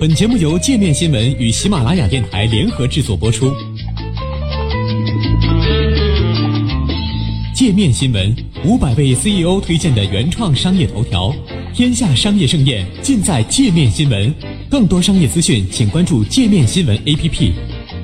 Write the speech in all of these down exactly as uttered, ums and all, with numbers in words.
本节目由界面新闻与喜马拉雅电台联合制作播出。界面新闻五百位 C E O 推荐的原创商业头条，天下商业盛宴尽在界面新闻。更多商业资讯，请关注界面新闻 A P P。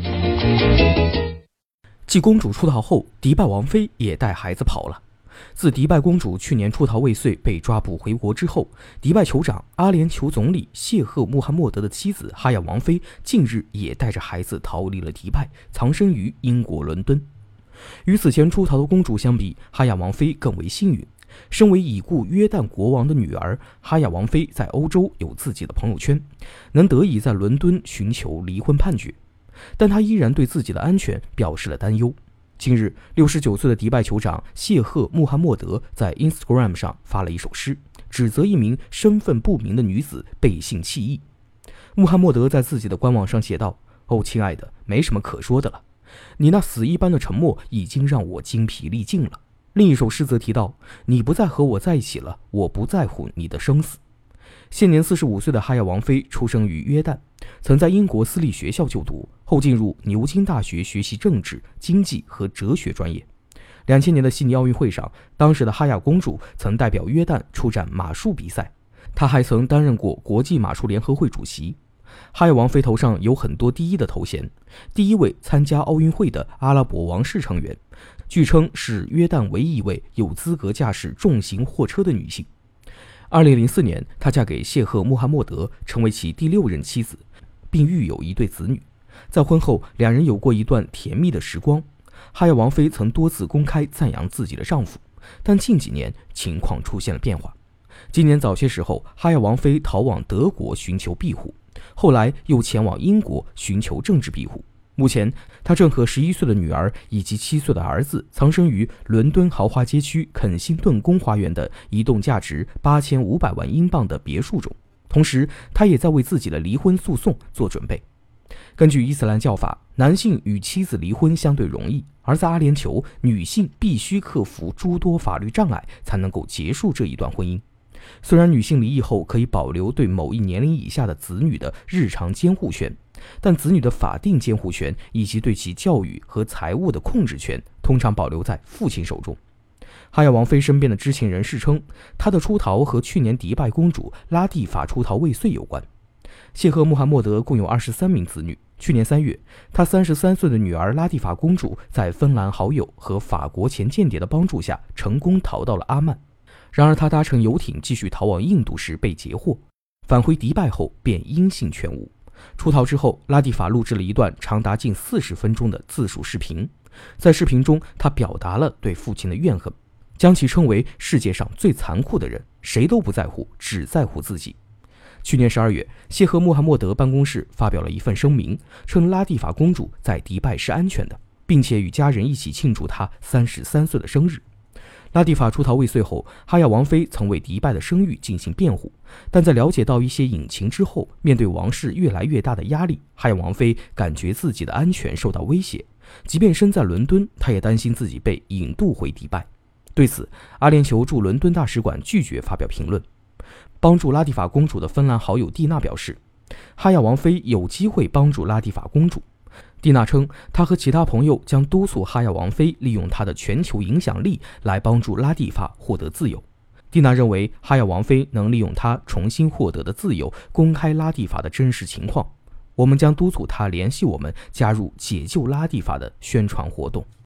继公主出逃后，迪拜王妃也带孩子跑了。自迪拜公主去年出逃未遂被抓捕回国之后，迪拜酋长阿联酋总理谢赫穆罕默德的妻子哈亚王妃近日也带着孩子逃离了迪拜，藏身于英国伦敦。与此前出逃的公主相比，哈亚王妃更为幸运。身为已故约旦国王的女儿，哈亚王妃在欧洲有自己的朋友圈，能得以在伦敦寻求离婚判决，但她依然对自己的安全表示了担忧。近日，六十九岁的迪拜酋长谢赫穆罕默德在 Instagram 上发了一首诗，指责一名身份不明的女子背信弃义。穆罕默德在自己的官网上写道：“哦，亲爱的，没什么可说的了，你那死一般的沉默已经让我精疲力尽了。”另一首诗则提到：“你不再和我在一起了，我不在乎你的生死。”现年四十五岁的哈亚王妃出生于约旦，曾在英国私立学校就读，后进入牛津大学学习政治、经济和哲学专业。两千年的悉尼奥运会上，当时的哈亚公主曾代表约旦出战马术比赛，她还曾担任过国际马术联合会主席。哈亚王妃头上有很多第一的头衔，第一位参加奥运会的阿拉伯王室成员，据称是约旦唯一一位有资格驾驶重型货车的女性。二零零四年，她嫁给谢赫穆罕默德，成为其第六任妻子，并育有一对子女。在婚后，两人有过一段甜蜜的时光。哈亚王妃曾多次公开赞扬自己的丈夫，但近几年情况出现了变化。今年早些时候，哈亚王妃逃往德国寻求庇护，后来又前往英国寻求政治庇护。目前，她正和十一岁的女儿以及七岁的儿子藏身于伦敦豪华街区肯辛顿宫花园的一栋价值八千五百万英镑的别墅中。同时，她也在为自己的离婚诉讼做准备。根据伊斯兰教法，男性与妻子离婚相对容易，而在阿联酋，女性必须克服诸多法律障碍才能够结束这一段婚姻。虽然女性离异后可以保留对某一年龄以下的子女的日常监护权，但子女的法定监护权以及对其教育和财务的控制权通常保留在父亲手中。哈亚王妃身边的知情人士称，她的出逃和去年迪拜公主拉蒂法出逃未遂有关。谢赫穆罕默德共有二十三名子女，去年三月，他三十三岁的女儿拉蒂法公主在芬兰好友和法国前间谍的帮助下成功逃到了阿曼。然而他搭乘游艇继续逃往印度时被截获，返回迪拜后便音信全无。出逃之后，拉蒂法录制了一段长达近四十分钟的自述视频，在视频中他表达了对父亲的怨恨，将其称为世界上最残酷的人，谁都不在乎，只在乎自己。去年十二月，谢赫穆罕默德办公室发表了一份声明，称拉蒂法公主在迪拜是安全的，并且与家人一起庆祝她三十三岁的生日。拉蒂法出逃未遂后，哈亚王妃曾为迪拜的声誉进行辩护，但在了解到一些隐情之后，面对王室越来越大的压力，哈亚王妃感觉自己的安全受到威胁，即便身在伦敦，她也担心自己被引渡回迪拜。对此，阿联酋驻伦敦大使馆拒绝发表评论。帮助拉蒂法公主的芬兰好友蒂娜表示，哈亚王妃有机会帮助拉蒂法公主。蒂娜称，她和其他朋友将督促哈亚王妃利用她的全球影响力来帮助拉蒂法获得自由。蒂娜认为，哈亚王妃能利用她重新获得的自由，公开拉蒂法的真实情况。我们将督促她联系我们，加入解救拉蒂法的宣传活动。